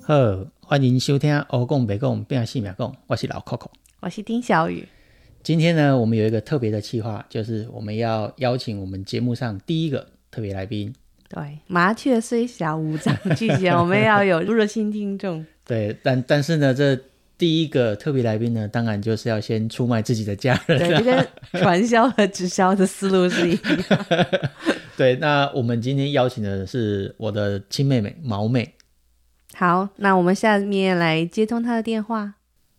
好，欢迎收听欧讲北讲变细秒讲，我是老 Coco， 我是丁小雨。 今天呢，我们有一个特别的企划，就是我们要邀请我们节目上第一个特别来宾。 对，麻雀虽小，五脏俱全，我们要有热心听众。 对，但是呢，这第一个特别来宾呢，当然就是要先出卖自己的家人。 对，这跟传销和直销的思路是一样。 对，那我们今天邀请的是我的亲妹妹毛妹。 好，那我们下面来接通她的电话。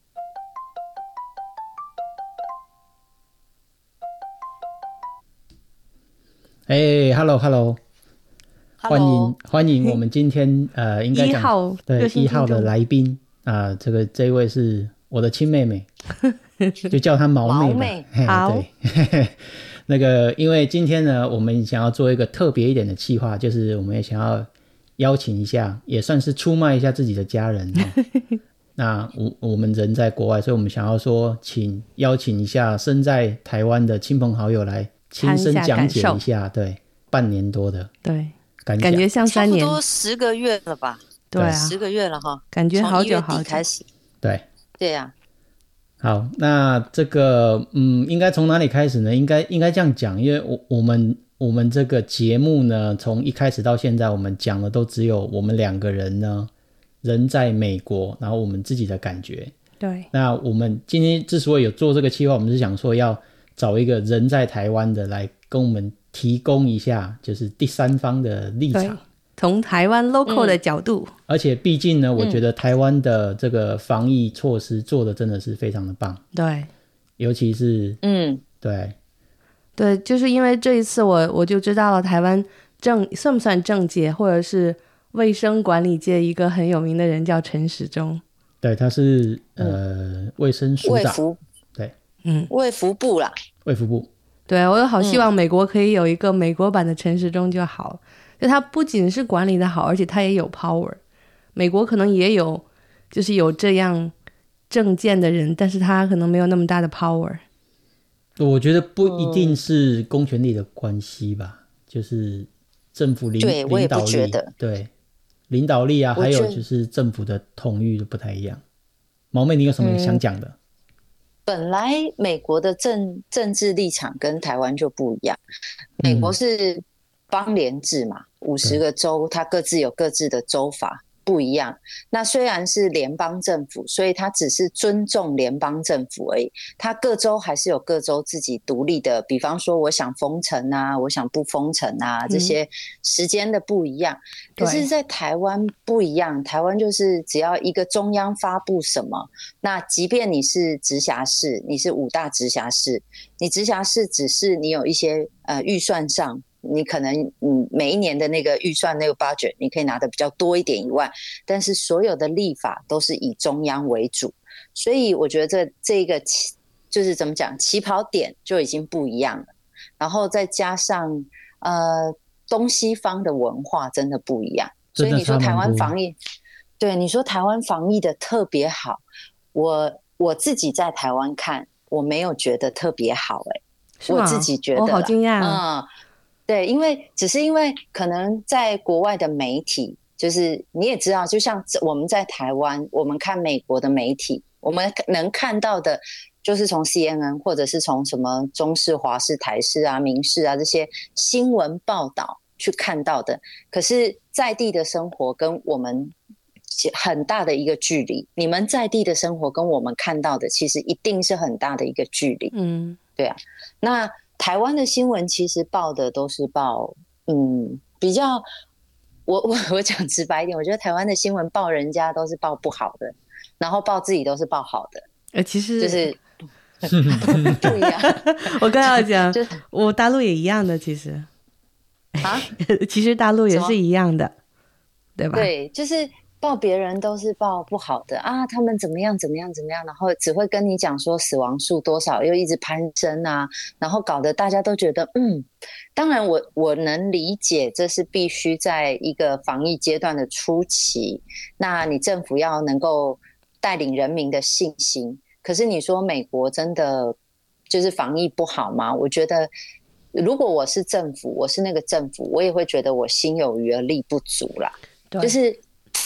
Hello， 欢迎我们今天应该讲对1号的来宾这一位是我的亲妹妹，就叫她毛妹吧。 好， 对那个因为今天呢，我们想要做一个特别一点的企划，就是我们也想要邀请一下，也算是出卖一下自己的家人。那我们人在国外，所以我们想要说邀请一下身在台湾的亲朋好友来亲身讲解一下，对，半年多的对感觉像3年， 差不多10个月了吧？ 对啊 ，10个月了哈， 感觉好久从1月底开始。 对呀。 好，那这个应该从哪里开始呢？应该这样讲，因为我们这个节目呢，从一开始到现在，我们讲的都只有我们2个人呢，人在美国，然后我们自己的感觉。 对。那我们今天之所以有做这个企划，我们是想说要找一个人在台湾的来跟我们提供一下，就是第三方的立场。 从台湾 local 的角度， 而且毕竟呢，我觉得台湾的这个防疫措施做的真的是非常的棒。 对， 尤其是对， 就是因为这一次我就知道了台湾算不算政界或者是卫生管理界一个很有名的人叫陈时中。 对，他是卫生署长，对， 卫福部啦， 卫福部。对， 我好希望美国可以有一个美国版的陈时中就好。就他不仅是管理的好，而且他也有 power。美国可能也有，就是有这样政见的人，但是他可能没有那么大的 power。 我觉得不一定是公权力的关系吧，就是政府领导力， 我也不觉得， 对，领导力啊，还有就是政府的统御都不太一样。毛妹，你有什么想讲的？ 本来美国的政治立场跟台湾就不一样，美国是邦联制嘛，50个州它各自有各自的州法，不一样。那虽然是联邦政府，所以它只是尊重联邦政府而已，它各州还是有各州自己独立的，比方说我想封城啊，我想不封城啊，这些时间的不一样。可是在台湾不一样，台湾就是只要一个中央发布什么，那即便你是直辖市，你是5大直辖市，你直辖市只是你有一些预算上，你可能每一年的那个预算那个 budget 你可以拿的比较多一点以外，但是所有的立法都是以中央为主，所以我觉得这个就是怎么讲，起跑点就已经不一样了，然后再加上东西方的文化真的不一样，所以你说台湾防疫，对，你说台湾防疫的特别好，我自己在台湾看，我没有觉得特别好我自己觉得， 我好惊讶对，只是因为可能在国外的媒体，就是你也知道，就像我们在台湾，我们看美国的媒体，我们能看到的就是从 CNN 或者是从什么中视、华视、台视啊、民视啊这些新闻报道去看到的，可是在地的生活跟我们很大的一个距离，你们在地的生活跟我们看到的其实一定是很大的一个距离。对啊，那台湾的新闻其实报的都是报比较我讲直白一点，我觉得台湾的新闻报人家都是报不好的，然后报自己都是报好的， 其实就是不一样。 我刚要讲我大陆也一样的，其实其实大陆也是一样的，对吧？ 对，就是报别人都是报不好的啊，他们怎么样，然后只会跟你讲说死亡数多少又一直攀升啊，然后搞得大家都觉得当然我能理解，这是必须在一个防疫阶段的初期，那你政府要能够带领人民的信心。可是你说美国真的就是防疫不好吗？我觉得如果我是政府，我是那个政府，我也会觉得我心有余而力不足啦。就是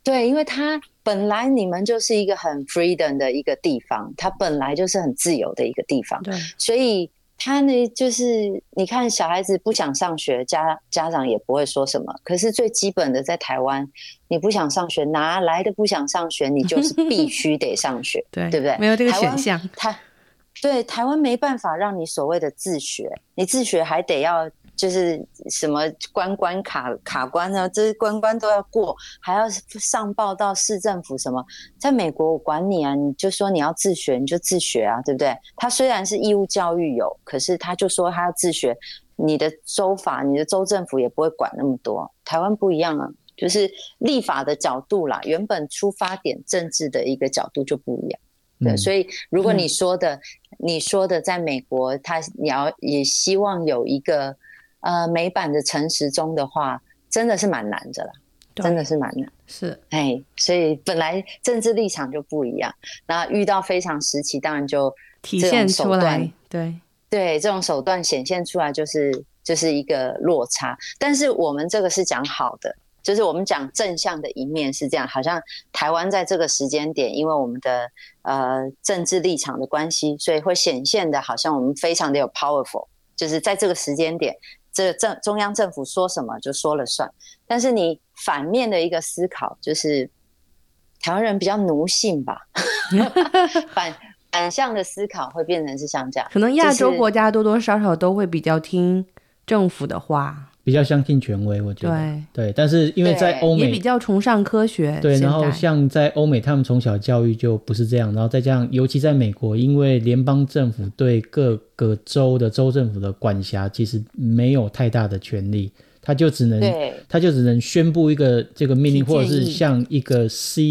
对，因为它本来你们就是一个很 freedom 的一个地方，它本来就是很自由的一个地方， 对， 所以他呢，就是你看小孩子不想上学，家长也不会说什么。可是最基本的，在台湾，你不想上学，哪来的不想上学？你就是必须得上学， 对， 对不对？ 没有这个选项。 对，台湾没办法让你所谓的自学，你自学还得要就是什么关卡关呢？这关都要过，还要上报到市政府什么。在美国我管你啊，你就说你要自学你就自学啊，对不对？他虽然是义务教育有，可是他就说他要自学，你的州法你的州政府也不会管那么多。台湾不一样啊，就是立法的角度啦，原本出发点政治的一个角度就不一样。对，所以如果你说的在美国你也希望有一个美版的陈时中的话，真的是蛮难的啦，真的是蛮难。 是， 所以本来政治立场就不一样，那遇到非常时期，当然就体现出来， 对，这种手段显现出来就是一个落差。但是我们这个是讲好的。就是我们讲正向的一面是这样，好像台湾在这个时间点，因为我们的政治立场的关系，所以会显现的好像我们非常的有 powerful， 就是在这个时间点，这个中央政府说什么就说了算。但是你反面的一个思考，就是台湾人比较奴性吧，反向的思考会变成是像这样， 可能亚洲国家多多少少都会比较听政府的话。 比较相信权威，我觉得 对，但是因为在欧美也比较崇尚科学， 对，然后像在欧美他们从小教育就不是这样，然后再加上尤其在美国，因为联邦政府对各个州的州政府的管辖其实没有太大的权利，他就只能宣布一个这个命令，或者是像一个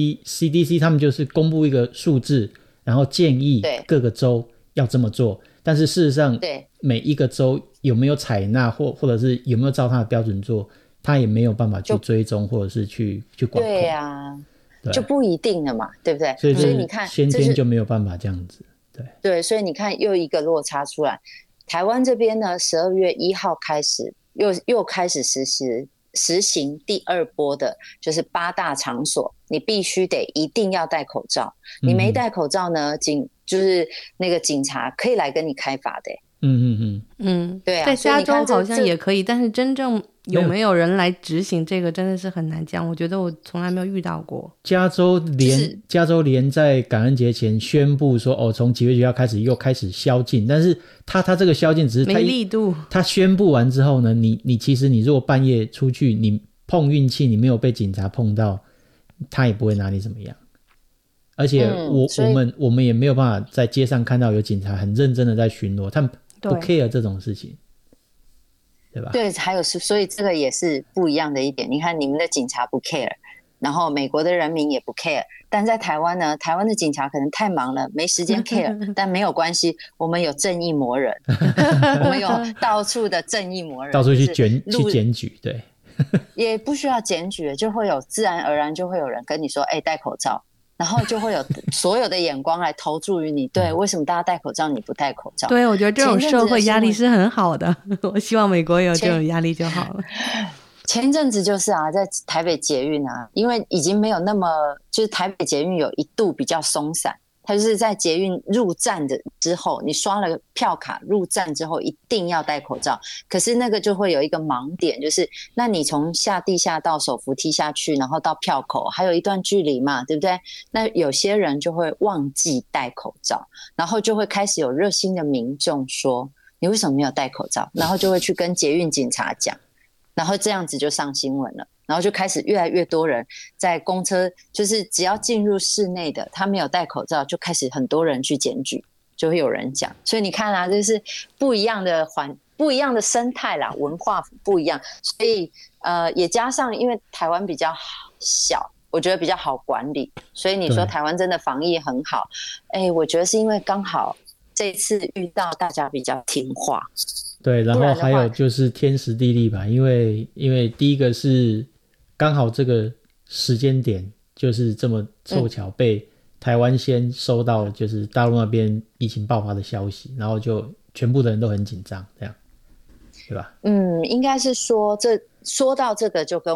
CDC 他们就是公布一个数字，然后建议各个州要这么做，但是事实上每一个州有没有采纳或者是有没有照他的标准做，他也没有办法去追踪或者是去管控。 对啊，就不一定了嘛，对不对？ 所以你看先天就没有办法这样子。 对，所以你看又一个落差出来。台湾这边呢，12月1号开始又开始实行第二波的，就是8大场所你必须一定要戴口罩，你没戴口罩呢，就是那个警察可以来跟你开罚的。对啊， 在加州好像也可以，但是真正有没有人来执行这个真的是很难讲，我觉得我从来没有遇到过。 加州连在感恩节前宣布说从几月几号开始又开始宵禁，但是他这个宵禁只是没力度， 他宣布完之后呢，你其实你如果半夜出去，你碰运气你没有被警察碰到，他也不会拿你怎么样。而且我们也没有办法在街上看到有警察很认真的在巡逻，他们不 care 这种事情，对吧？ 对，还有所以这个也是不一样的一点。你看你们的警察不 care， 然后美国的人民也不 care， 但在台湾呢，台湾的警察可能太忙了，没时间 care， 但没有关系，我们有正义魔人，我们有到处的正义魔人， 到处去检举，对， 也不需要检举，就会有自然而然就会有人跟你说，戴口罩。然后就会有所有的眼光来投注于你，对，为什么大家戴口罩你不戴口罩？ 对，我觉得这种社会压力是很好的，我希望美国有这种压力就好了。 前一阵子就是在台北捷运因为已经没有那么，就是台北捷运有一度比较松散，它就是在捷运入站的之后，你刷了票卡入站之后一定要戴口罩。可是那个就会有一个盲点，就是那你从地下道手扶梯下去，然后到票口还有一段距离嘛，对不对？那有些人就会忘记戴口罩，然后就会开始有热心的民众说你为什么没有戴口罩，然后就会去跟捷运警察讲，然后这样子就上新闻了。然后就开始越来越多人在公车，就是只要进入室内的他没有戴口罩，就开始很多人去检举，就会有人讲。所以你看就是不一样的生态啦，文化不一样，所以也加上因为台湾比较小，我觉得比较好管理，所以你说台湾真的防疫很好，我觉得是因为刚好这次遇到大家比较听话。 对，然后还有就是天时地利吧，因为第一个是刚好这个时间点就是这么凑巧被台湾先收到就是大陆那边疫情爆发的消息，然后就全部的人都很紧张，这样对吧？ 应该是说说到这个就跟我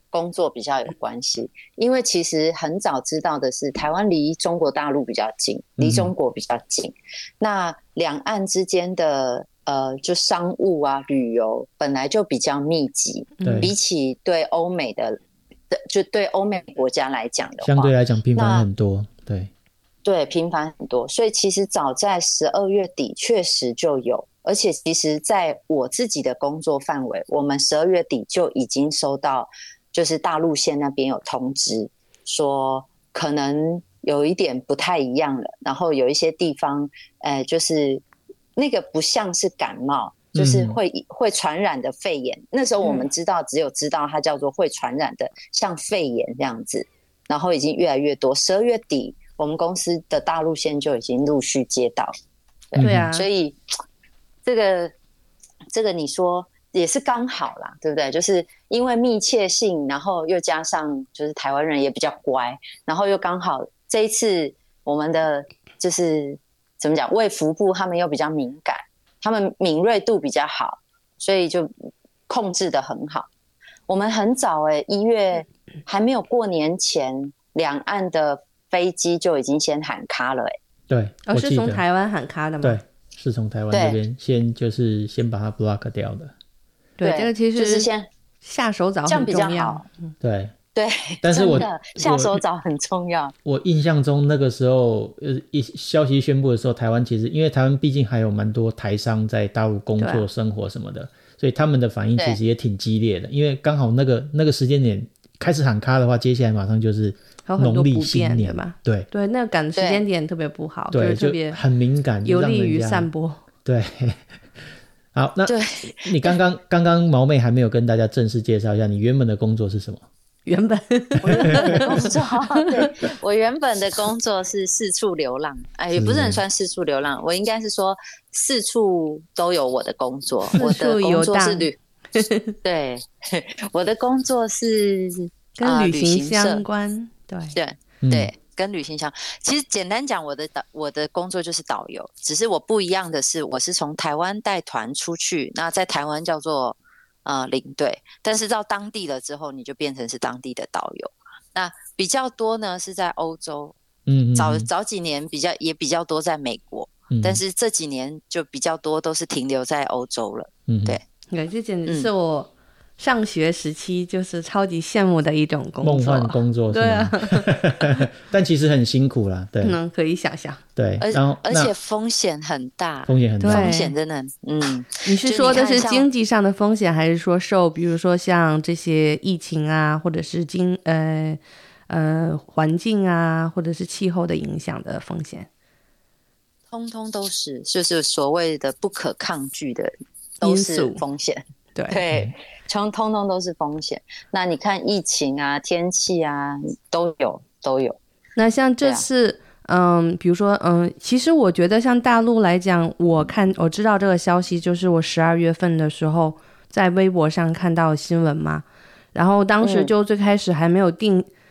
工作比较有关系，因为其实很早知道的是，台湾离中国大陆比较近，离中国比较近。那两岸之间的就商务啊、旅游本来就比较密集，比起对欧美就对欧美国家来讲的话， 相对来讲频繁很多， 对，频繁很多。所以其实早在12月底确实就有。而且其实在我自己的工作范围，我们12月底就已经收到，就是大陆线那边有通知说可能有一点不太一样了，然后有一些地方就是那个不像是感冒，就是会传染的肺炎。那时候我们只有知道它叫做会传染的像肺炎这样子，然后已经越来越多。12月底我们公司的大陆线就已经陆续接到。 对啊， 所以这个你说也是刚好啦，对不对？就是因为密切性，然后又加上就是台湾人也比较乖，然后又刚好这一次我们的就是怎么讲，卫福部他们又比较敏感，他们敏锐度比较好，所以就控制得很好。我们很早1月还没有过年前，两岸的飞机就已经先喊卡了对， 是从台湾喊卡的吗？ 对，是从台湾这边先把它 block 掉的。 对，这个其实就是先下手早很重要， 这样比较好。 对， 但是真的下手早很重要。 我印象中那个时候消息宣布的时候，台湾其实因为台湾毕竟还有蛮多台商在大陆工作、生活什么的，所以他们的反应其实也挺激烈的。因为刚好那个时间点开始喊卡的话，接下来马上就是农历新年嘛。对， 那赶时间点特别不好， 对， 就是特别很敏感， 有利于散播。 对。好，那你刚刚毛妹还没有跟大家正式介绍一下你原本的工作是什么？ 原本的工作，对，我原本的工作是四处流浪，也不是很算四处流浪，我应该是说四处都有我的工作。我的工作是对，我的工作是跟旅行相关， 对。跟旅行相其实简单讲，我的工作就是导游，只是我不一样的是，我是从台湾带团出去，那在台湾叫做领队，但是到当地了之后，你就变成是当地的导游。那比较多呢是在欧洲，早几年也比较多在美国，但是这几年就比较多都是停留在欧洲了。对， 这简直是我上学时期就是超级羡慕的一种工作， 梦幻工作， 对啊。 但其实很辛苦啦，对， 可以想象， 对， 而且风险很大， 风险真的， 你是说的是经济上的风险，还是说受比如说像这些疫情啊，或者是环境啊，或者是气候的影响的风险？ 通通都是，就是所谓的不可抗拒的都是风险，对，通通都是风险。那你看疫情啊、天气啊，都有。 那像这次，比如说，其实我觉得像大陆来讲，我知道这个消息，就是我12月份的时候在微博上看到新闻嘛，然后当时就最开始还没有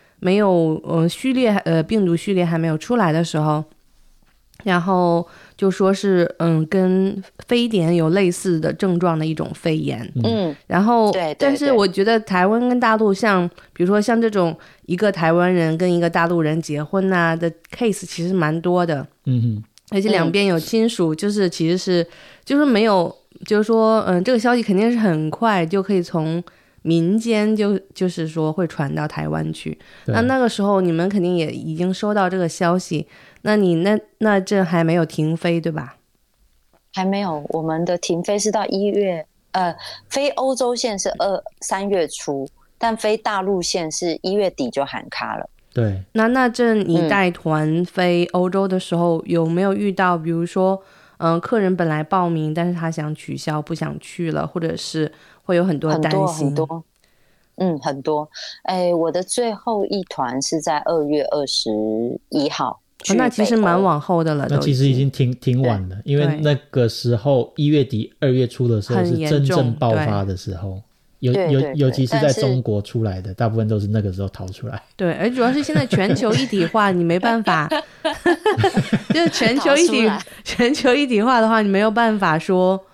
病毒序列还没有出来的时候。然后就说是跟非典有类似的症状的一种肺炎，然后对，但是我觉得台湾跟大陆像比如说像这种一个台湾人跟一个大陆人结婚啊的 case 其实蛮多的，而且两边有亲属，就是其实是就是没有就是说这个消息肯定是很快就可以从民间就是说会传到台湾去，那个时候你们肯定也已经收到这个消息，那你那这还没有停飞对吧？ 还没有，我们的停飞是到1月，飞欧洲线是3月初，但飞大陆线是1月底就喊卡了。 对， 那这你带团飞欧洲的时候，有没有遇到比如说客人本来报名但是他想取消不想去了，或者是会有很多担心？ 很多。我的最后一团是在2月21号。 那其实蛮往后的了， 那其实已经挺晚了，因为那个时候1月底2月初的时候是真正爆发的时候，尤其是在中国出来的，大部分都是那个时候逃出来。对， 而主要是现在全球一体化，你没办法，就是全球一体化的话，你没有办法说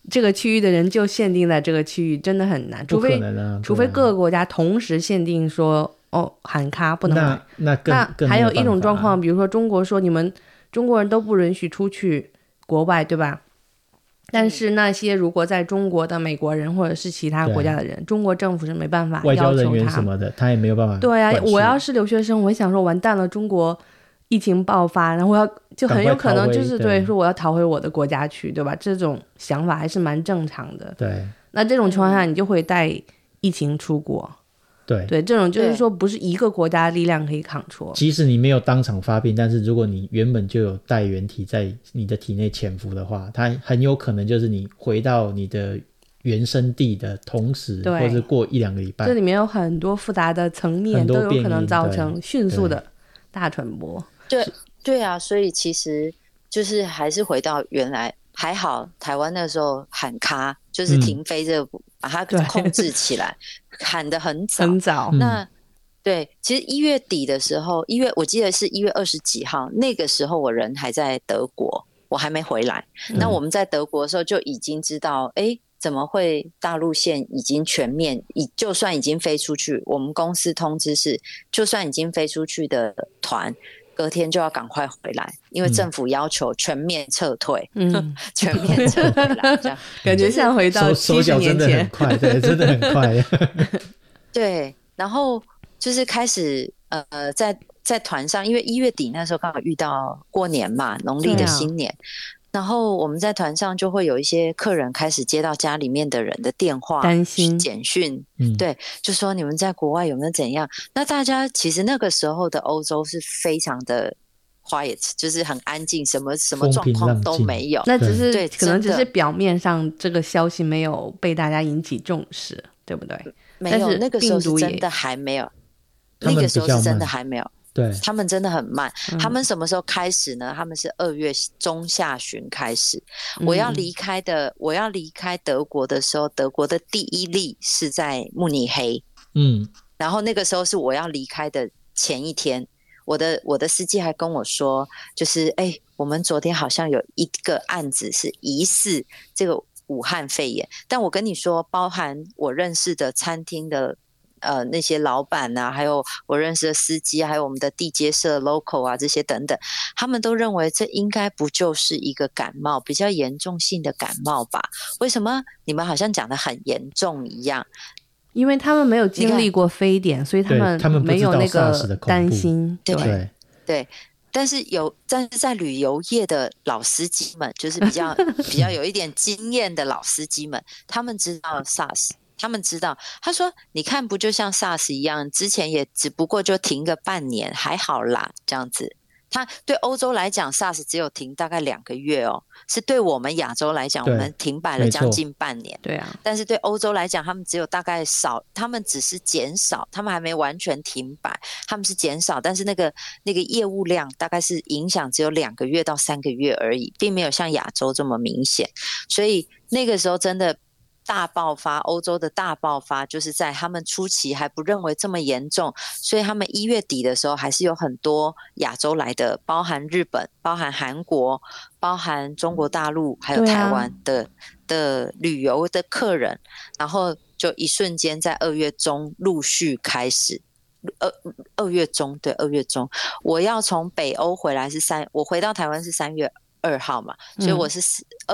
这个区域的人就限定在这个区域，真的很难， 不可能啊， 除非各个国家同时限定说喊咖不能买。 那还有一种状况，比如说中国说你们中国人都不允许出去国外，对吧？但是那些如果在中国的美国人或者是其他国家的人，中国政府是没办法要求他， 外交人员什么的他也没有办法。 对啊，我要是留学生，我会想说完蛋了，中国疫情爆发，然后就很有可能就是对说我要逃回我的国家去，对吧？这种想法还是蛮正常的。 对， 那这种情况下你就会带疫情出国。对，这种就是说不是一个国家的力量可以control。 即使你没有当场发病，但是如果你原本就有带原体在你的体内潜伏的话，它很有可能就是你回到你的原生地的同时，或者是过1-2个礼拜， 这里面有很多复杂的层面，都有可能造成迅速的大传播。 对啊，所以其实就是还是回到原来，还好台湾那时候喊咖就是停飞这个把它控制起来，喊得很早。那对，其实1月底的时候，我记得是1月20几号，那个时候我人还在德国，我还没回来。那我们在德国的时候就已经知道，怎么会大陆线已经全面，就算已经飞出去，我们公司通知是，就算已经飞出去的团，隔天就要赶快回来，因为政府要求全面撤退，全面撤回来，这样感觉像回到70年前，手脚真的很快，对，真的很快。 对，然后就是开始在团上，因为1月底那时候刚好遇到过年嘛，农历的新年。然后我们在团上就会有一些客人开始接到家里面的人的电话、 担心简讯，对，就说你们在国外有没有怎样？那大家其实那个时候的欧洲是非常的 quiet， 就是很安静，什么状况都没有。 那只是对， 可能只是表面上这个消息没有被大家引起重视，对不对？ 没有，那个时候是真的还没有，那个时候是真的还没有。 对， 他们真的很慢。他们什么时候开始呢？他们是2月中下旬开始。我要离开德国的时候，德国的第1例是在慕尼黑。然后那个时候是我要离开的前一天，我的司机还跟我说，就是我们昨天好像有一个案子是疑似这个武汉肺炎，但我跟你说，包含我认识的餐厅的那些老板啊，还有我认识的司机，还有我们的地接社 local 啊，这些等等，他们都认为这应该不就是一个感冒，比较严重性的感冒吧？为什么你们好像讲得很严重一样？ 因为他们没有经历过非典，所以他们没有那个担心。 对。但是在旅游业的老司机们，就是比较有一点经验的老司机们，他们知道 SARS。他们知道，他说你看不就像 SARS 一样，之前也只不过就停个半年，还好啦，这样子。他对欧洲来讲 SARS 只有停大概2个月哦，是对我们亚洲来讲，我们停摆了将近半年。 对啊， 但是对欧洲来讲，他们只有大概他们只是减少，他们还没完全停摆，他们是减少，但是那个业务量大概是影响只有2个月到3个月而已，并没有像亚洲这么明显。所以那个时候真的大爆发，欧洲的大爆发就是在他们初期还不认为这么严重，所以他们1月底的时候还是有很多亚洲来的，包含日本、包含韩国、包含中国大陆还有台湾的旅游的客人，然后就一瞬间在2月中陆续开始。2月中，对，2月中，我要从北欧回来我回到台湾是3月2号嘛，所以我是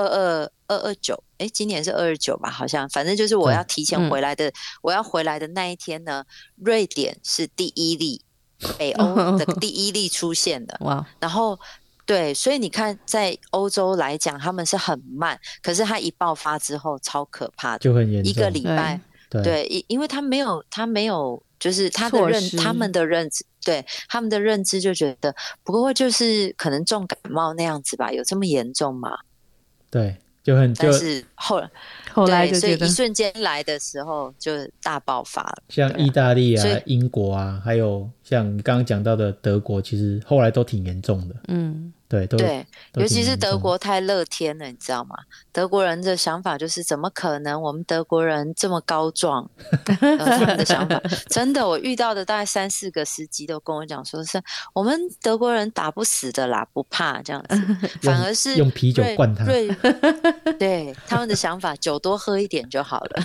229，今年是229吧，好像，反正就是我要提前回来的，我要回来的那一天呢，瑞典是第1例，北欧的第1例出现的，哇，然后对，所以你看，在欧洲来讲，他们是很慢，可是它一爆发之后超可怕的， 就很严重， 一个礼拜，对，因为他没有。就是他们的认知，对他们的认知就觉得，不过就是可能重感冒那样子吧，有这么严重吗？ 对， 但是后来就觉得， 所以一瞬间来的时候就大爆发了。 像意大利啊、英国啊，还有像你刚刚讲到的德国，其实后来都挺严重的。对， 对，尤其是德国太乐天了，你知道吗？德国人的想法就是怎么可能？我们德国人这么高壮，他们的想法真的，我遇到的大概3-4个司机都跟我讲说是我们德国人打不死的啦，不怕这样子，反而是用啤酒灌他。 对，他们的想法酒多喝一点就好了。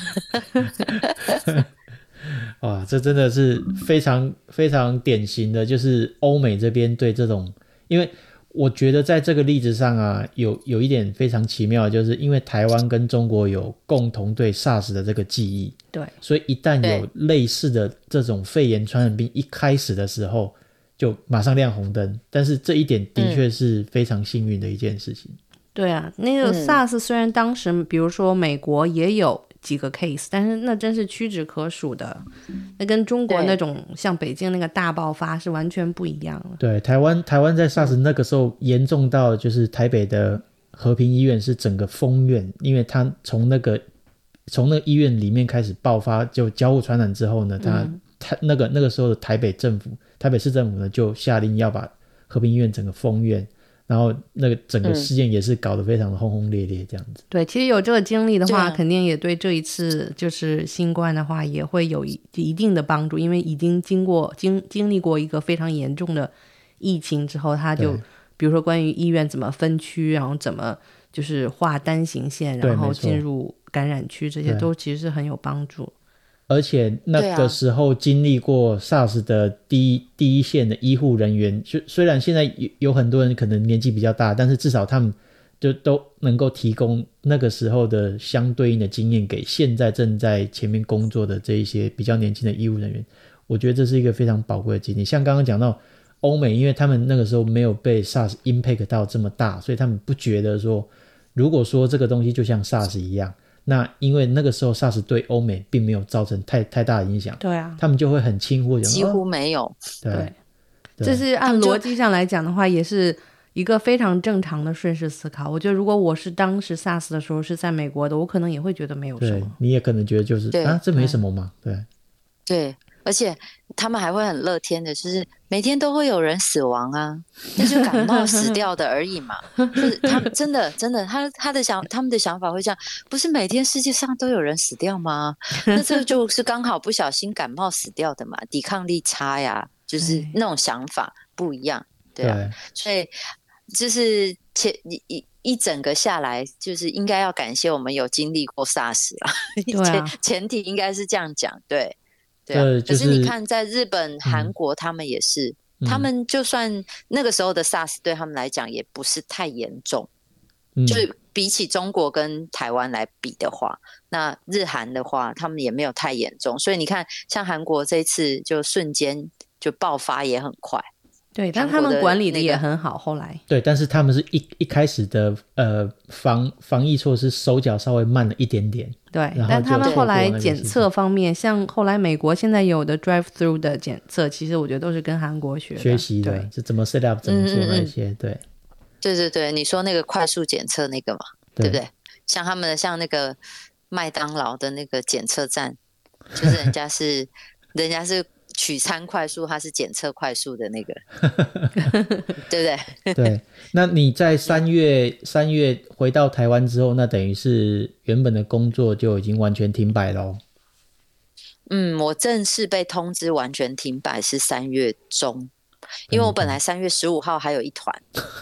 哇，这真的是非常非常典型的，就是欧美这边对这种，因为我觉得在这个例子上啊，有一点非常奇妙的，就是因为台湾跟中国有共同对 SARS 的这个记忆， 对， 所以一旦有类似的这种肺炎传染病一开始的时候，就马上亮红灯。但是这一点的确是非常幸运的一件事情。 对啊，那个 SARS 虽然当时比如说美国也有几个 case， 但是那真是屈指可数的，那跟中国那种像北京那个大爆发是完全不一样的。 对，台湾在 SARS 那个时候严重到就是台北的和平医院是整个封院，因为他从那个医院里面开始爆发就交互传染之后呢，他那个时候的台北市政府呢就下令要把和平医院整个封院。然后那个整个事件也是搞得非常的轰轰烈烈这样子。 对，其实有这个经历的话，肯定也对这一次就是新冠的话也会有一定的帮助，因为已经经历过一个非常严重的疫情之后，他就比如说关于医院怎么分区，然后怎么就是画单行线，然后进入感染区，这些都其实是很有帮助。 而且那个时候经历过 SARS 的第一线的医护人员，虽然现在有很多人可能年纪比较大，但是至少他们就都能够提供那个时候的相对应的经验给现在正在前面工作的这一些比较年轻的医护人员。我觉得这是一个非常宝贵的经历。像刚刚讲到欧美，因为他们那个时候没有被 SARS impact 到这么大，所以他们不觉得说，如果说这个东西就像 SARS 一样，那因为那个时候 SARS 对欧美并没有造成太大的影响， 对啊， 他们就会很轻忽， 几乎没有。 对，这是按逻辑上来讲的话，也是一个非常正常的顺势思考。我觉得如果我是当时 SARS 的时候是在美国的，我可能也会觉得没有什么。 对，你也可能觉得就是这没什么嘛。 对，而且他们还会很乐天的，就是每天都会有人死亡啊，那就感冒死掉的而已嘛。就是他们真的，他们的想法会这样，不是每天世界上都有人死掉吗？那这个就是刚好不小心感冒死掉的嘛，抵抗力差呀，就是那种想法不一样，对啊。所以就是一整个下来，就是应该要感谢我们有经历过 SARS 啦， 对啊， 前提应该是这样讲，对。对啊， 可是你看在日本、韩国他们也是，他们就算那个时候的 SARS 对他们来讲也不是太严重，就是比起中国跟台湾来比的话，那日韩的话他们也没有太严重，所以你看像韩国这一次就瞬间就爆发也很快。 对，但他们管理的也很好，后来对，但是他们是一开始的防疫措施手脚稍微慢了一点点， 对，但他们后来检测方面，像后来美国现在有的 drive through 的检测，其实我觉得都是跟韩国学习的， 就怎么 set up 怎么做那些， 对，你说那个快速检测那个嘛，对不对？像他们的像那个麦当劳的那个检测站，就是人家是取餐快速，它是检测快速的那个，对不对？ 对。那你在3月回到台湾之后，那等于是原本的工作就已经完全停摆咯。 我正式被通知完全停摆是3月中，因为我本来3月15号还有一团。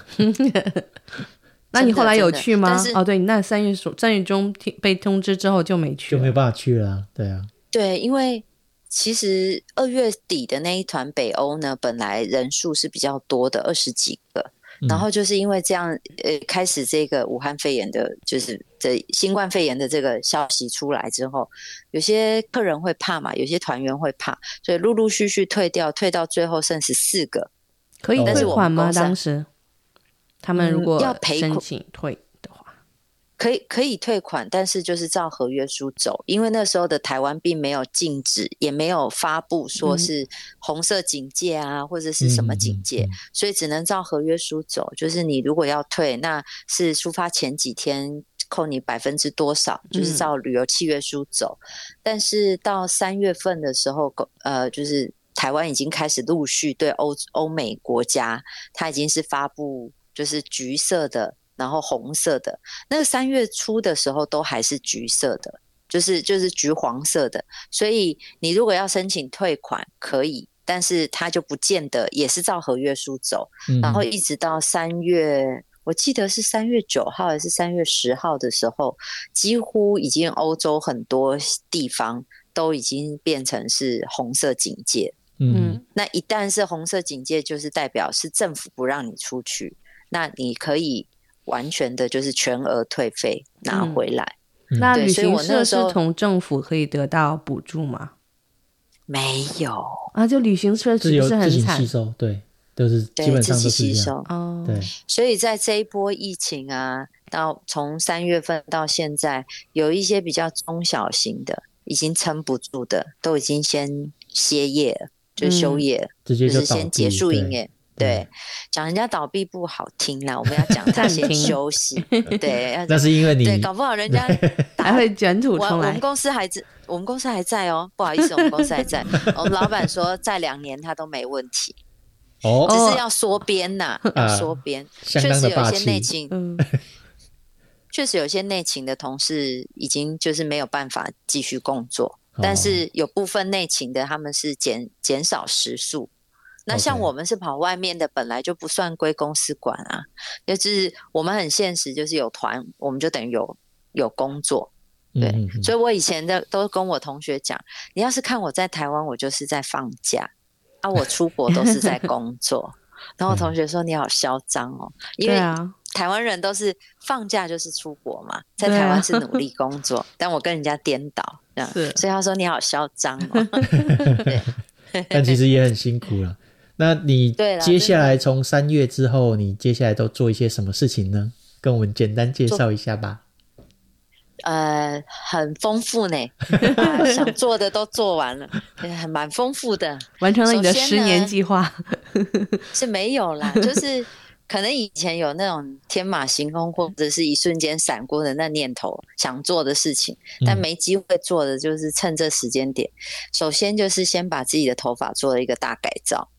那你后来有去吗？哦，对，那3月中被通知之后就没去了， 就没有办法去了，对啊。 对，因为其实2月底的那一团北欧呢，本来人数是比较多的，20几个，然后就是因为这样，开始这个武汉肺炎的，就是这新冠肺炎的这个消息出来之后，有些客人会怕嘛，有些团员会怕，所以陆陆续续退掉，退到最后剩14个。 可以退款吗？当时他们如果要申请退的话， 可以退款，但是就是照合约书走，因为那时候的台湾并没有禁止，也没有发布说是红色警戒啊，或者是什么警戒，所以只能照合约书走。就是你如果要退，那是出发前几天扣你%多少，就是照旅游契约书走。但是到3月份的时候，就是台湾已经开始陆续对欧美国家，它已经是发布就是橘色的，然后红色的。那个3月初的时候都还是橘色的，就是橘黄色的。所以你如果要申请退款可以，但是它就不见得也是照合约书走。然后一直到3月。我记得是3月9号还是3月10号的时候，几乎已经欧洲很多地方都已经变成是红色警戒。那一旦是红色警戒，就是代表是政府不让你出去，那你可以完全的就是全额退费拿回来。 那旅行社是从政府可以得到补助吗？ 没有啊，就旅行社是不是很惨？ 自己吸收，对。都是基本上都是这样。对， 所以在这一波疫情啊，到从3月份到现在，有一些比较中小型的已经撑不住的，都已经先歇业了，就休业了， 直接就是先结束营业。对，讲人家倒闭不好听啦，我们要讲他先休息。对， 那是因为你对，搞不好人家还会卷土重来。 我们公司还在哦，不好意思，我们公司还在。我们老板说再2年他都没问题。只是要缩编呐，要缩编。确实有一些内勤，确实有些内勤的同事已经就是没有办法继续工作，但是有部分内勤的他们是减少时数。那像我们是跑外面的，本来就不算归公司管啊，就是我们很现实，就是有团我们就等于有工作。对，所以我以前都跟我同学讲，你要是看我在台湾，我就是在放假。我出国都是在工作。然后我同学说你好嚣张哦，因为台湾人都是放假就是出国嘛，在台湾是努力工作，但我跟人家颠倒这样，所以他说你好嚣张哦。 但其实也很辛苦了。那你接下来从3月之后，你接下来都做一些什么事情呢？跟我们简单介绍一下吧。 很丰富呢，想做的都做完了，蛮丰富的， 完成了你的10年计划。 是没有啦，就是可能以前有那种天马行空或者是一瞬间闪过的那念头，想做的事情，但没机会做的，就是趁这时间点，首先就是先把自己的头发做了一个大改造。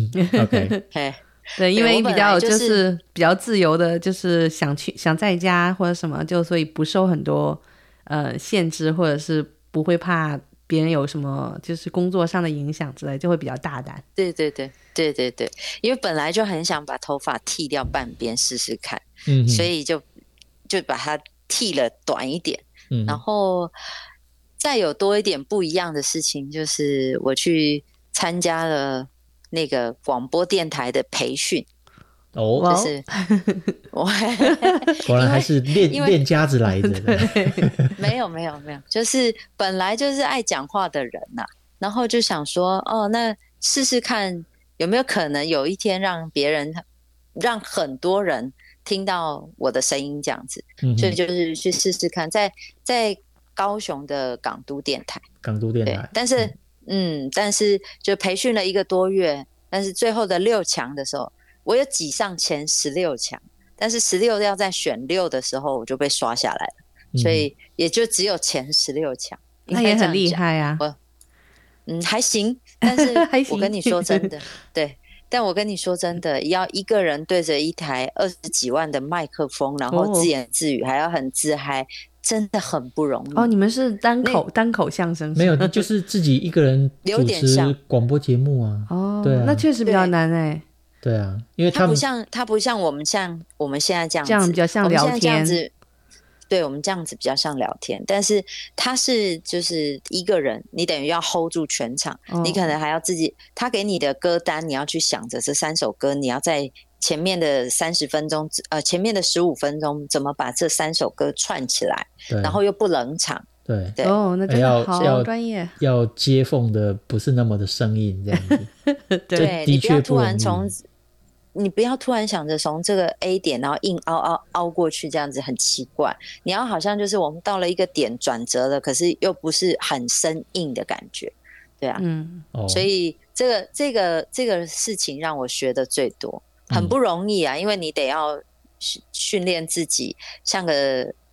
OK， 对，因为比较就是比较自由的，就是想在家或者什么，就所以不受很多限制，或者是不会怕别人有什么就是工作上的影响之类，就会比较大胆。 对，因为本来就很想把头发剃掉半边试试看，所以就把它剃了短一点，然后再有多一点不一样的事情，就是我去参加了那个广播电台的培训。就是我果然还是练家子来的。 没有，就是本来就是爱讲话的人呐，然后就想说那试试看有没有可能有一天让很多人听到我的声音这样子，所以就是去试试看，在高雄的港都电台。对，但是就培训了1个多月，但是最后的6强的时候，我有挤上前16强，但是16要在选6的时候我就被刷下来了，所以也就只有前16强。 那也很厉害啊。 还行，但是我跟你说真的，对，但我跟你说真的，要一个人对着一台20几万的麦克风，然后自言自语，还要很自嗨，真的很不容易。 你们是单口相声？ 没有，就是自己一个人主持广播节目啊。对啊， 那确实比较难欸。 对啊，因为它不像我们现在这样子， 这样比较像聊天。 对，我们这样子比较像聊天，但是他是就是一个人，你等于要 hold 住全场，你可能还要自己，他给你的歌单，你要去想着这3首歌，你要在前面的30分钟，前面的15分钟怎么把这3首歌串起来，然后又不冷场。对， 那真的好专业， 要接缝的不是那么的生硬这样子。 对，你不要突然你不要突然想着从这个 A 点然后硬凹过去，这样子很奇怪。你要好像就是我们到了一个点转折了，可是又不是很生硬的感觉，对啊。所以这个事情让我学的最多，很不容易啊，因为你得要训练自己像个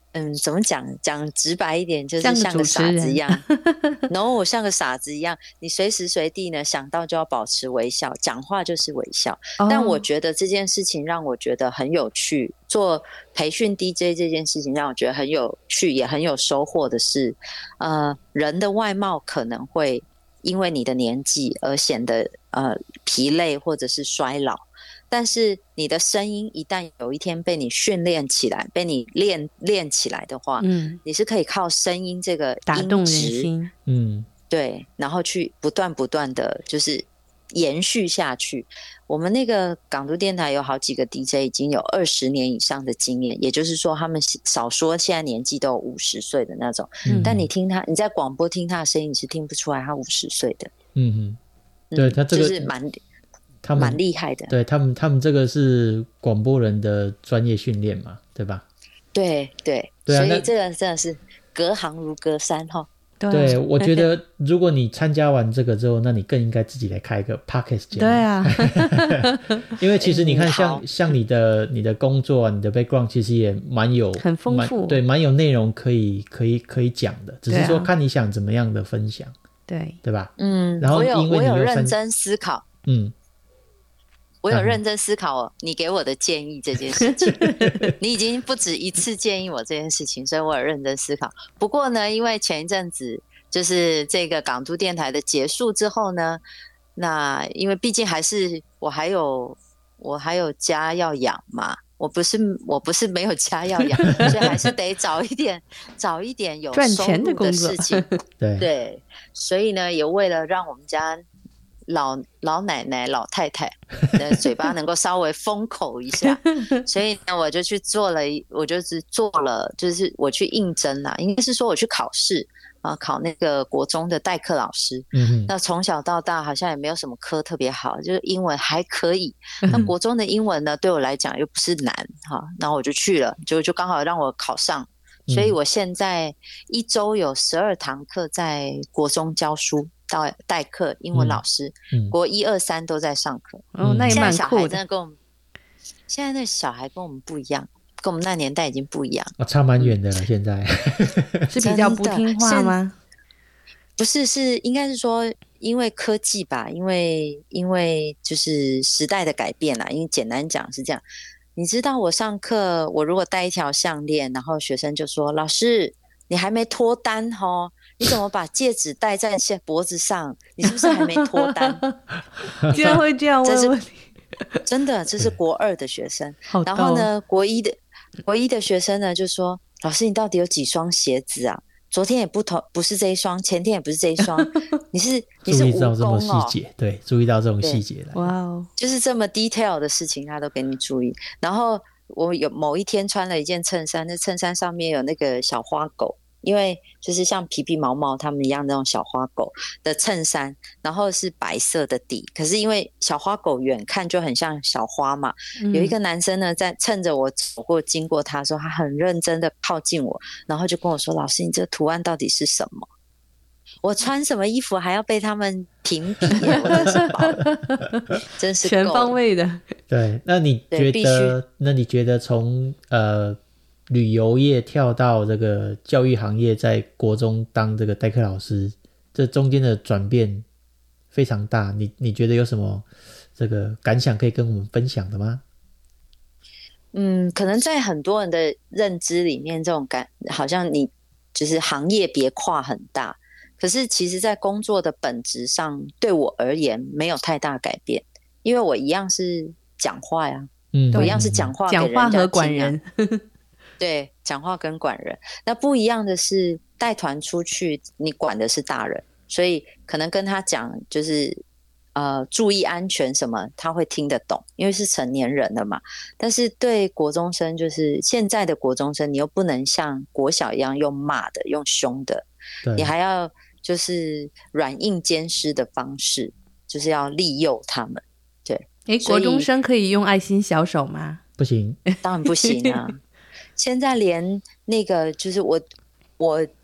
怎么讲直白一点，就是像个傻子一样。然后我像个傻子一样，你随时随地呢想到就要保持微笑，讲话就是微笑。但我觉得这件事情让我觉得很有趣，做培训 DJ 这件事情让我觉得很有趣，也很有收获的是，人的外貌可能会因为你的年纪而显得疲累或者是衰老。但是你的声音一旦有一天被你训练起来，被你练起来的话，你是可以靠声音这个打动人心， 对，然后去不断的就是延续下去。我们那个港都电台有好几个 DJ 已经有20年以上的经验，也就是说他们少说现在年纪都有50岁的那种，但你听他，你在广播听他的声音，你是听不出来他50岁的。 对，他这个就是蛮厉害的。 对，他们这个是广播人的专业训练嘛，对吧？ 对，所以这个真的是隔行如隔山哈。 对，我觉得如果你参加完这个之后，那你更应该自己来开一个 podcast 节目。 对啊， 因为其实你看像你的工作你的 background 其实也蛮有很丰富， 对，蛮有内容可以讲的，只是说看你想怎么样的分享，对吧？然后因为我有认真思考，我有认真思考你给我的建议这件事情。你已经不止一次建议我这件事情，所以我有认真思考。不过呢，因为前一阵子就是这个港都电台的结束之后呢，那因为毕竟还是我还有家要养嘛，我不是没有家要养，所以还是得找一点有收入的事情。对，所以呢，也为了让我们家老奶奶、老太太的嘴巴能够稍微封口一下，所以呢，我就去做了，就是我去应征啦，应该是说我去考试啊，考那个国中的代课老师。那从小到大好像也没有什么科特别好，就是英文还可以。那国中的英文呢，对我来讲又不是难哈，然后我就去了，就刚好让我考上。所以我现在一周有12堂课在国中教书，到代课英文老师，国1、2、3都在上课。 那也蛮酷的。 现在那小孩跟我们不一样，跟我们那年代已经不一样， 差蛮远的了。现在是比较不听话吗？ 不是，应该是说因为科技吧，因为就是时代的改变啦。因为简单讲是这样。你知道我上课，我如果戴一条项链，然后学生就说：“老师，你还没脱单哦，你怎么把戒指戴在脖子上？你是不是还没脱单？” 居然会这样问问题， 真的，这是国2的学生。 然后呢，国一的学生呢就说：“老师，你到底有几双鞋子啊？昨天也不是这一双，前天也不是这一双，你是蜈蚣哦。” 对，注意到这种细节了。 哇哦， 就是这么 detail 的事情，他都给你注意。然后我有某一天穿了一件衬衫，那衬衫上面有那个小花狗，因为就是像皮皮毛毛他们一样那种小花狗的衬衫，然后是白色的底，可是因为小花狗远看就很像小花嘛，有一个男生呢在趁着我经过他的时候，他很认真的靠近我，然后就跟我说：“老师，你这个图案到底是什么？我穿什么衣服还要被他们评比耶，我真是饱了，真是全方位的。” 对，那你觉得从旅游业跳到这个教育行业，在国中当这个代课老师，这中间的转变非常大，你觉得有什么这个感想可以跟我们分享的吗？ 可能在很多人的认知里面，这种好像你就是行业别跨很大，可是其实在工作的本质上，对我而言没有太大改变，因为我一样是讲话呀，我一样是讲话给人家听啊， 讲话和管人。 对，讲话跟管人，那不一样的是带团出去，你管的是大人，所以可能跟他讲就是注意安全什么，他会听得懂，因为是成年人了嘛。但是对国中生，就是现在的国中生，你又不能像国小一样用骂的、用凶的，你还要就是软硬兼施的方式，就是要利诱他们。对， 国中生可以用爱心小手吗？ 不行， 当然不行啊。现在连那个就是我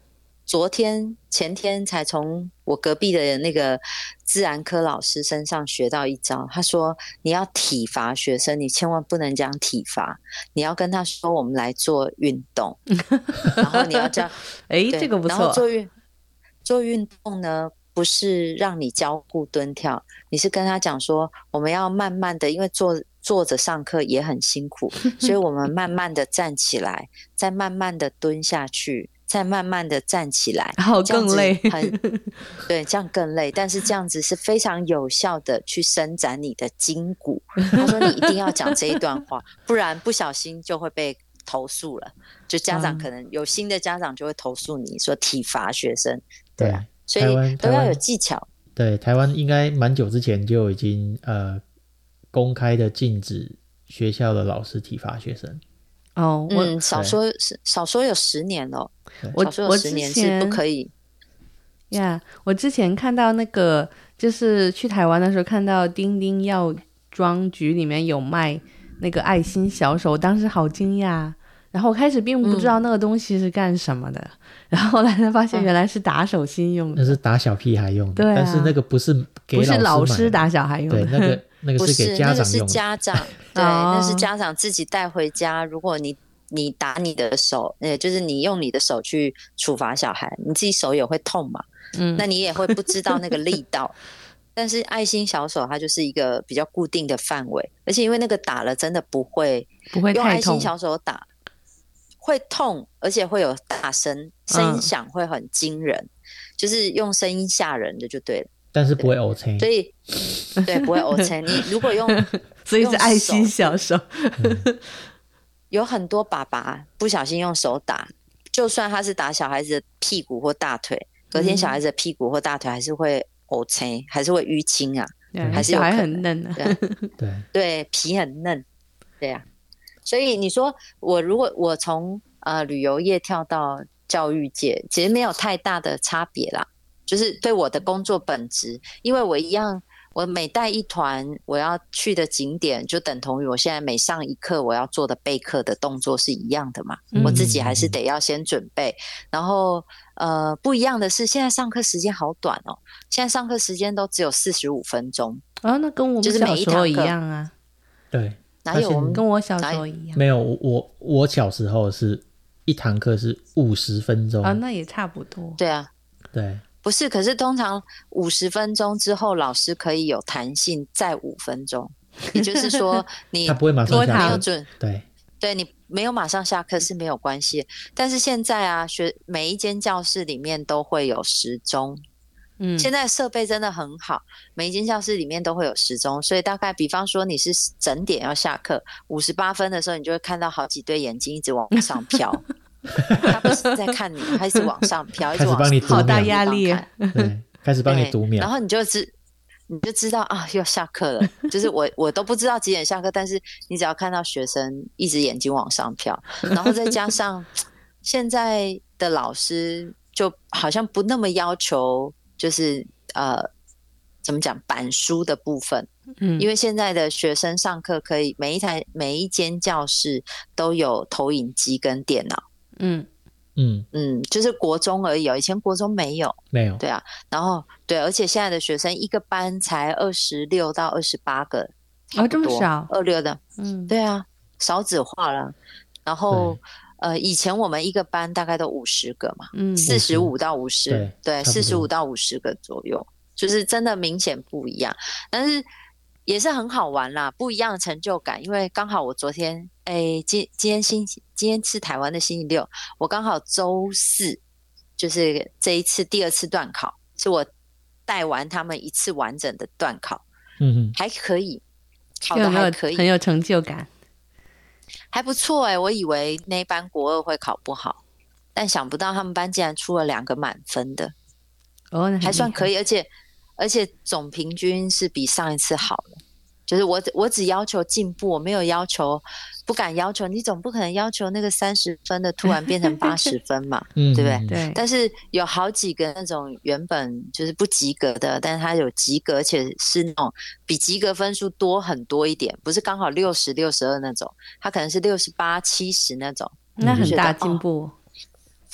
昨天前天才从我隔壁的那个自然科老师身上学到一招，他说你要体罚学生，你千万不能讲体罚，你要跟他说我们来做运动，然后你要这样， 这个不错。 然后做运动呢，不是让你交互蹲跳，你是跟他讲说我们要慢慢的，因为坐着上课也很辛苦，所以我们慢慢的站起来，再慢慢的蹲下去，再慢慢的站起来， 然后更累， 对，这样更累，但是这样子是非常有效的去伸展你的筋骨。他说你一定要讲这一段话，不然不小心就会被投诉了，就家长可能有新的家长就会投诉你说体罚学生，对啊，所以都要有技巧。 对，台湾应该蛮久之前就已经公开的禁止学校的老师体罚学生。 少说有10年了，少说有10年是不可以。 我之前看到那个，就是去台湾的时候看到丁丁药妆局里面有卖那个爱心小手，当时好惊讶。然后我开始并不知道那个东西是干什么的，然后后来才发现原来是打手心用的， 那是打小屁孩用的。 对但是那个不是给老师打小孩用的， 对，那个是给家长用的。 那个是家长，对，那是家长自己带回家。如果你打你的手，就是你用你的手去处罚小孩，你自己手也会痛嘛，那你也会不知道那个力道。但是爱心小手它就是一个比较固定的范围，而且因为那个打了真的不会太痛， 用爱心小手打会痛，而且会有大声音响会很惊人，就是用声音吓人的就对了。 但是不会呕青， 所以对不会呕青。你如果用所以是爱心小手。 有很多爸爸不小心用手打，就算他是打小孩子的屁股或大腿，隔天小孩子的屁股或大腿还是会呕青，还是会淤青啊，还是有可能。 小孩很嫩啊， 对，皮很嫩，对啊。所以你说如果我从旅游业跳到教育界，其实没有太大的差别啦，就是对我的工作本质，因为我一样，我每带一团我要去的景点，就等同于我现在每上一课我要做的备课的动作是一样的嘛，我自己还是得要先准备。然后不一样的是，现在上课时间好短哦，现在上课时间都只有45分钟。 那跟我们小时候一样啊。 对， 哪有我们跟我小时候一样？ 没有，我小时候是一堂课是50分钟那也差不多。 对啊， 对， 不是，可是通常50分钟之后，老师可以有弹性再5分钟，也就是说你他不会马上下课， 对，你没有马上下课是没有关系。但是现在啊，每一间教室里面都会有时钟。现在设备真的很好，每一间教室里面都会有时钟，所以大概比方说你是整点要下课，58分的时候，你就会看到好几对眼睛一直往上飘。他不是在看你，他一直往上飘，一直往上飘， 好大压力。 对，开始帮你读秒， 然后你就知道啊，又下课了。就是我都不知道几点下课，但是你只要看到学生一直眼睛往上飘，然后再加上现在的老师就好像不那么要求。就是怎么讲板书的部分，因为现在的学生上课可以每一间教室都有投影机跟电脑，就是国中而已，以前国中没有，对啊，然后对，而且现在的学生一个班才26到28个， 这么少 ，26的，对啊，少子化了，然后。以前我们一个班大概都50个嘛，45到50，对，45到50个左右，就是真的明显不一样，但是也是很好玩啦，不一样的成就感。因为刚好我昨天，今天是台湾的星期六，我刚好周4，就是这一次第2次段考，是我带完他们1次完整的段考，还可以，考得还可以， 很有成就感。 还不错我以为那班国2会考不好，但想不到他们班竟然出了2个满分的，还算可以，而且总平均是比上一次好了。就是我只要求进步，我没有要求，不敢要求，你总不可能要求那个30分的突然变成80分嘛，对不对？ 对。 但是有好几个那种原本就是不及格的，但是他有及格，而且是那种比及格分数多很多一点，不是刚好60、62那种，他可能是68、70那种， 那很大进步。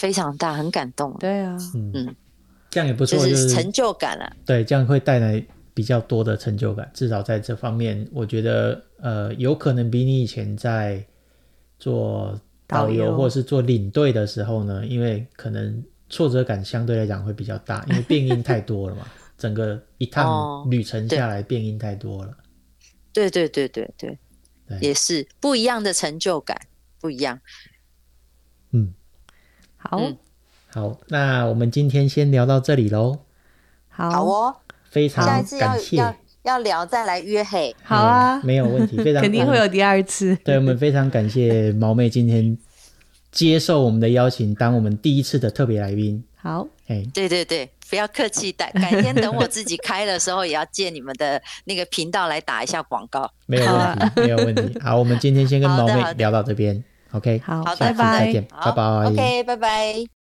非常大，很感动。 对啊， 这样也不错， 就是成就感啊。 对，这样会带来比较多的成就感，至少在这方面，我觉得有可能比你以前在做导游或是做领队的时候呢，因为可能挫折感相对来讲会比较大，因为变因太多了嘛，整个一趟旅程下来变因太多了。 对，也是不一样的成就感，不一样。 好，那我们今天先聊到这里咯。 好哦， 非常感谢。 下一次要聊再来约嘿。 好啊， 没有问题，非常肯定会有第二次。 对，我们非常感谢毛妹今天接受我们的邀请，当我们第一次的特别来宾。 好， 对，不要客气，改天等我自己开的时候，也要借你们的那个频道来打一下广告。 没有问题，没有问题。好，我们今天先跟毛妹聊到这边。OK， 好， 下次再见，拜拜。 OK，拜拜。